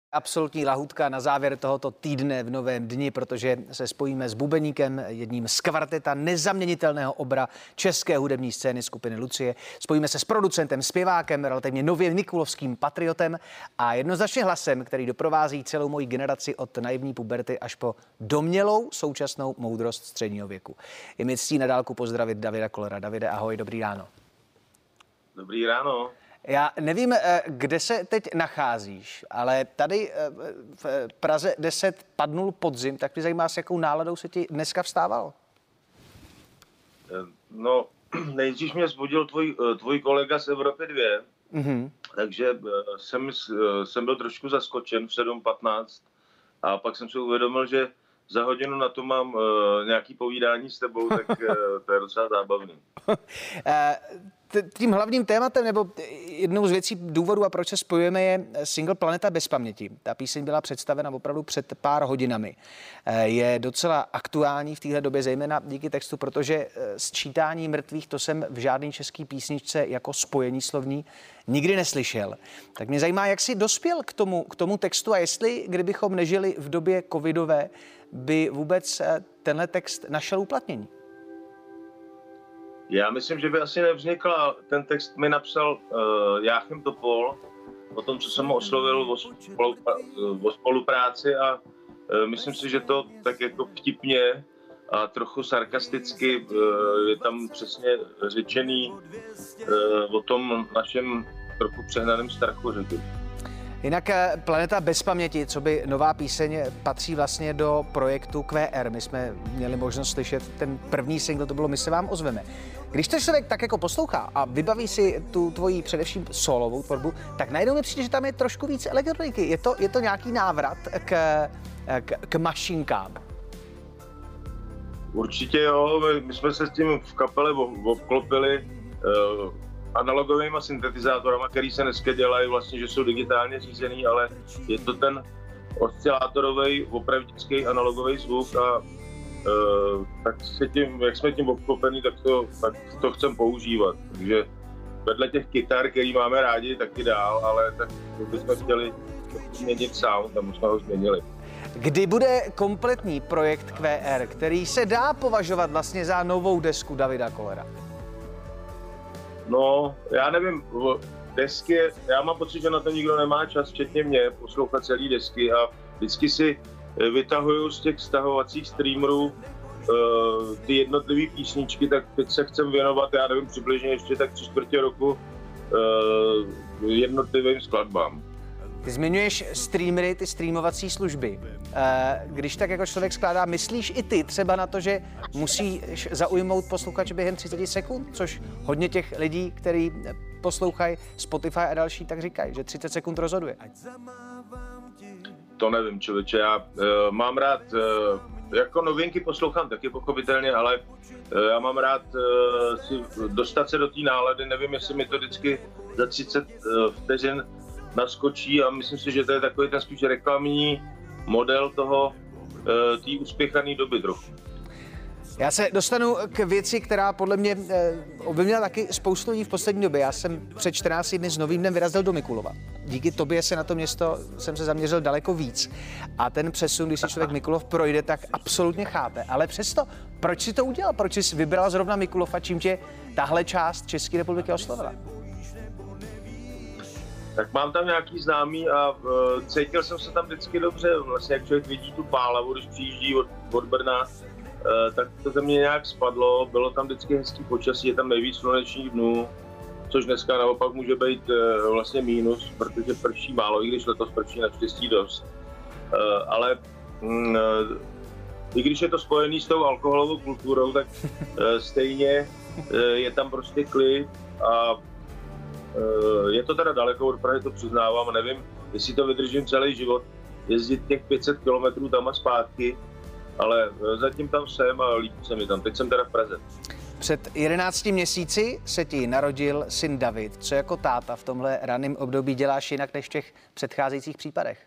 Absolutní lahutka na závěr tohoto týdne v Novém dni, protože se spojíme s bubeníkem, jedním z kvarteta nezaměnitelného obra české hudební scény skupiny Lucie. Spojíme se s producentem, zpěvákem, relativně nově mikulovským patriotem a jednoznačně hlasem, který doprovází celou moji generaci od naivní puberty až po domnělou současnou moudrost středního věku. Je mi ctí na dálku pozdravit Davida Kollera. Davide, ahoj, dobrý ráno. Dobrý ráno. Já nevím, kde se teď nacházíš, ale tady v Praze 10 padnul podzim, tak mě zajímá, s jakou náladou se ti dneska vstávalo? No, nejdřív mě zbudil tvůj kolega z Evropy 2, takže jsem byl trošku zaskočen v 7:15 a pak jsem si uvědomil, že za hodinu na to mám nějaký povídání s tebou, tak to je docela zábavný. Tím hlavním tématem, nebo jednou z věcí důvodů, a proč se spojujeme, je single Planeta bez paměti. Ta píseň byla představena opravdu před pár hodinami. Je docela aktuální v téhle době, zejména díky textu, protože sčítání mrtvých to jsem v žádný český písničce jako spojení slovní nikdy neslyšel. Tak mě zajímá, jak jsi dospěl k tomu textu a jestli, kdybychom nežili v době covidové, by vůbec tenhle text našel uplatnění. Já myslím, že by asi nevznikla. Ten text mi napsal Jáchym Topol o tom, co jsem ho oslovil o spolupráci a myslím si, že to tak jako vtipně a trochu sarkasticky je tam přesně řečený o tom našem trochu přehnaném strachu, řekl. Jinak Planeta bez paměti, co by nová píseň, patří vlastně do projektu QR. My jsme měli možnost slyšet ten první single, to bylo My se vám ozveme. Když to člověk tak jako poslouchá a vybaví si tu tvoji především solovou tvorbu, tak najednou mi přijde, že tam je trošku víc elektroniky. Je to nějaký návrat k mašinkám? Určitě jo, my jsme se s tím v kapele obklopili analogovými syntetizátorama, který se dneska dělají vlastně, že jsou digitálně řízený, ale je to ten oscilátorový, opravdický analogový zvuk a tak se tím, jak jsme tím obklopení, tak to chcem používat. Takže vedle těch kytar, který máme rádi, taky dál, ale tak bychom chtěli změnit sound a už jsme ho změnili. Kdy bude kompletní projekt QR, který se dá považovat vlastně za novou desku Davida Kollera? No, já nevím, desky, já mám pocit, že na to nikdo nemá čas, včetně mě, poslouchat celý desky a vždycky si vytahuju z těch stahovacích streamerů ty jednotlivé písničky, tak teď se chcem věnovat, já nevím, přibližně ještě tak 3/4 roku jednotlivým skladbám. Ty zmiňuješ streamery, ty streamovací služby. Když tak jako člověk skládá, myslíš i ty třeba na to, že musíš zaujmout posluchače během 30 sekund, což hodně těch lidí, kteří poslouchají Spotify a další, tak říkají, že 30 sekund rozhoduje. To nevím, člověče, já mám rád, jako novinky poslouchám taky pochopitelně, ale já mám rád si dostat se do té nálady, nevím, jestli mi to vždycky za 30 vteřin naskočí a myslím si, že to je takový ten spíš reklamní model toho, té uspěchané doby trochu. Já se dostanu k věci, která podle mě ovlivnila taky spoustu lidí v poslední době. Já jsem před 14 dny s novým dnem vyrazil do Mikulova. Díky tobě se na to město jsem se zaměřil daleko víc. A ten přesun, když si člověk Mikulov projde, tak absolutně chápe. Ale přesto, proč si to udělal? Proč jsi vybral zrovna Mikulov a čím tě tahle část České republiky oslovila? Tak mám tam nějaký známý a cítil jsem se tam vždycky dobře. Vlastně jak člověk vidí tu Pálavu, když přijíždí od Brna, tak to ze mě nějak spadlo. Bylo tam vždycky hezký počasí, je tam nejvíc slunečních dnů, což dneska naopak může být vlastně mínus, protože prší málo, i když letos prší naštěstí dost. Ale i když je to spojený s tou alkoholovou kulturou, tak stejně je tam prostě klid a je to teda daleko od Prahy, to přiznávám, a nevím, jestli to vydržím celý život, jezdit těch 500 kilometrů tam a zpátky, ale zatím tam jsem a líbí se mi tam. Teď jsem teda v Praze. Před 11 měsíci se ti narodil syn David. Co jako táta v tomhle raném období děláš jinak než v těch předcházejících případech?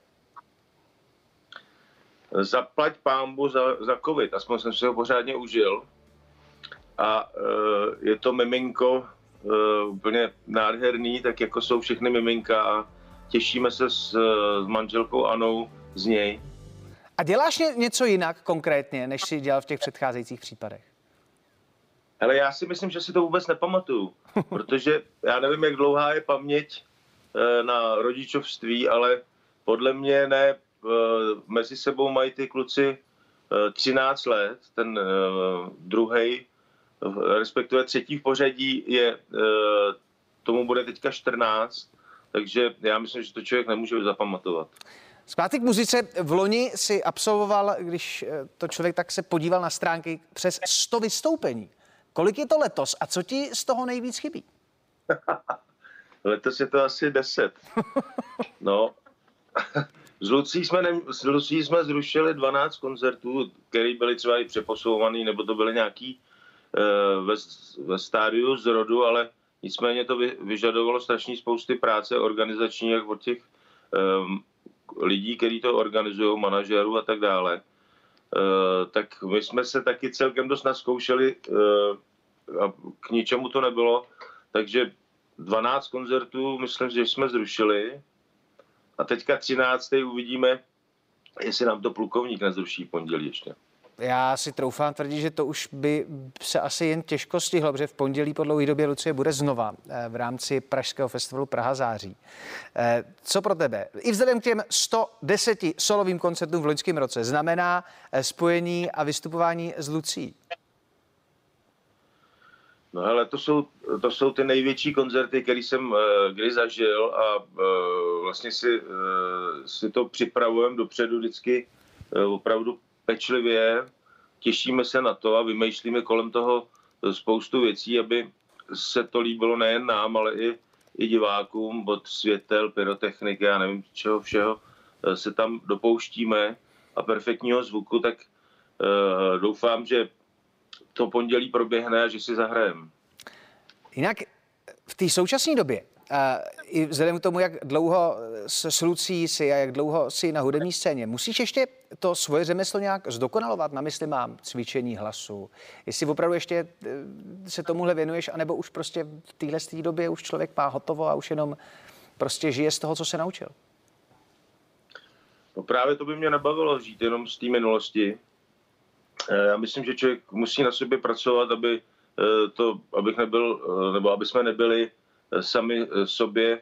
Zaplať pánbu za covid, aspoň jsem si ho pořádně užil. A je to miminko úplně nádherný, tak jako jsou všechny miminka a těšíme se s manželkou Anou z něj. A děláš něco jinak konkrétně, než jsi dělal v těch předcházejících případech? Ale já si myslím, že si to vůbec nepamatuju, protože já nevím, jak dlouhá je paměť na rodičovství, ale podle mě ne, mezi sebou mají ty kluci 13 let, ten druhej, respektive třetí v pořadí je, tomu bude teďka 14, takže já myslím, že to člověk nemůže zapamatovat. Zpátky k muzice. V loni si absolvoval, když to člověk tak se podíval na stránky, přes 100 vystoupení. Kolik je to letos a co ti z toho nejvíc chybí? Letos je to asi 10. No, s Lucí jsme zrušili 12 koncertů, které byly třeba i přeposouvání, nebo to byly nějaký ve stádiu zrodu, ale nicméně to vyžadovalo strašně spousty práce organizační, jak od těch lidí, kteří to organizují, manažerů a tak dále. Tak my jsme se taky celkem dost nazkoušeli a k ničemu to nebylo, takže 12 koncertů, myslím, že jsme zrušili a teďka 13. uvidíme, jestli nám to plukovník nezruší v pondělí ještě. Já si troufám tvrdit, že to už by se asi jen těžko stihlo, protože v pondělí po dlouhé době Lucie bude znova v rámci pražského festivalu Praha září. Co pro tebe? I vzhledem k těm 110 solovým koncertům v loňském roce znamená spojení a vystupování s Lucí? No hele, to jsou ty největší koncerty, které jsem kdy zažil a vlastně si to připravujeme dopředu vždycky opravdu pečlivě, těšíme se na to a vymýšlíme kolem toho spoustu věcí, aby se to líbilo nejen nám, ale i divákům, od světel, pyrotechniky, já nevím čeho všeho se tam dopouštíme a perfektního zvuku, tak doufám, že to pondělí proběhne a že si zahrajeme. Jinak v té současné době, i vzhledem k tomu, jak dlouho s Lucí jsi a jak dlouho jsi na hudební scéně, musíš ještě to svoje řemeslo nějak zdokonalovat? Na mysli mám cvičení hlasu. Jestli opravdu ještě se tomuhle věnuješ, anebo už prostě v téhle době už člověk má hotovo a už jenom prostě žije z toho, co se naučil? No právě to by mě nebavilo žít jenom z té minulosti. Já myslím, že člověk musí na sobě pracovat, abych nebyl, nebo aby jsme nebyli sami sobě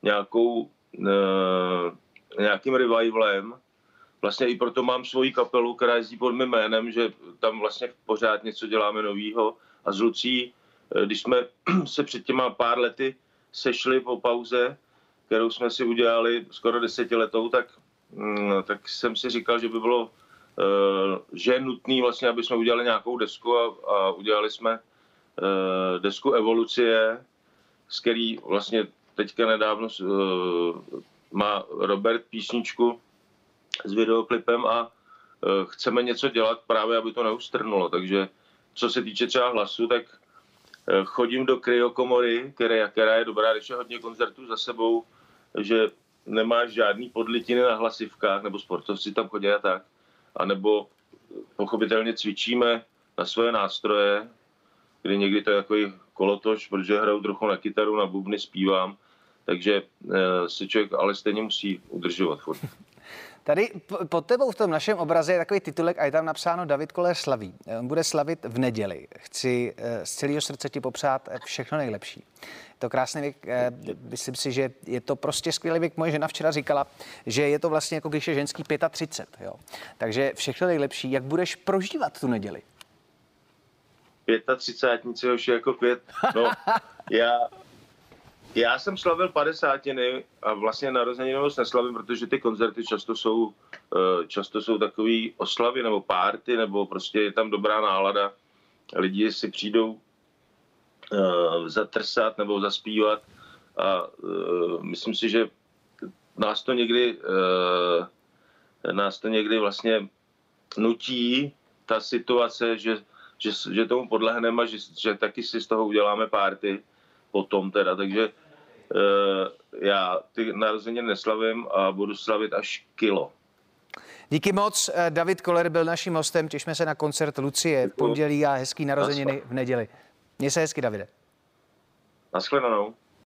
nějakým revivalem. Vlastně i proto mám svoji kapelu, která jezdí pod mým jménem, že tam vlastně pořád něco děláme novýho. A s Lucí, když jsme se před těma pár lety sešli po pauze, kterou jsme si udělali skoro 10letou, tak jsem si říkal, že by bylo že je nutný vlastně, aby jsme udělali nějakou desku a udělali jsme desku Evolucie, z který vlastně teďka nedávno má Robert písničku s videoklipem a chceme něco dělat právě, aby to neustrnulo. Takže co se týče třeba hlasu, tak chodím do kryokomory, která je dobrá, když je hodně koncertů za sebou, že nemáš žádný podlitiny na hlasivkách, nebo sportovci tam chodí a tak. A nebo pochopitelně cvičíme na svoje nástroje, kdy někdy to je takový kolotoč, protože hraju trochu na kytaru, na bubny, zpívám, takže se člověk ale stejně musí udržovat furt. Tady pod tebou v tom našem obraze je takový titulek a je tam napsáno David Koller slaví. On bude slavit v neděli. Chci z celého srdce ti popřát všechno nejlepší. To krásný věk, myslím si, že je to prostě skvělý věk. Moje žena včera říkala, že je to vlastně jako když je ženský 35. Jo. Takže všechno nejlepší. Jak budeš prožívat tu neděli? 35, už je jako květ. No, já jsem slavil 50 a vlastně narozeniny moc neslavím, protože ty koncerty často jsou takový oslavy nebo párty, nebo prostě je tam dobrá nálada. Lidi si přijdou zatrsat nebo zaspívat a myslím si, že nás to někdy vlastně nutí ta situace, že tomu podlehneme a že taky si z toho uděláme párty potom teda, takže já ty narozeniny neslavím a budu slavit až kilo. Díky moc, David Koller byl naším hostem, těšíme se na koncert Lucie v pondělí a hezký narozeniny v neděli. Měj se hezky, Davide. Naschledanou.